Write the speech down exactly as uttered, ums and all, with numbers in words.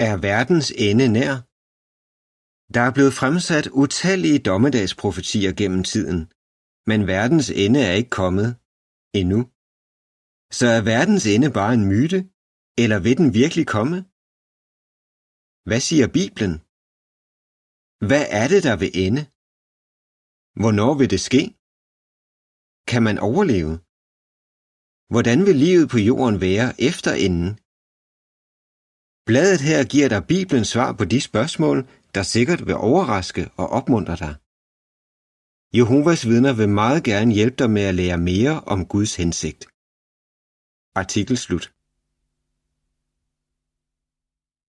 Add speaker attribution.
Speaker 1: Er verdens ende nær? Der er blevet fremsat utallige dommedagsprofetier gennem tiden, men verdens ende er ikke kommet endnu. Så er verdens ende bare en myte, eller vil den virkelig komme? Hvad siger Bibelen? Hvad er det, der vil ende? Hvornår vil det ske? Kan man overleve? Hvordan vil livet på jorden være efter enden? Bladet her giver dig Bibelens svar på de spørgsmål, der sikkert vil overraske og opmuntre dig. Jehovas vidner vil meget gerne hjælpe dig med at lære mere om Guds hensigt. Artikel slut.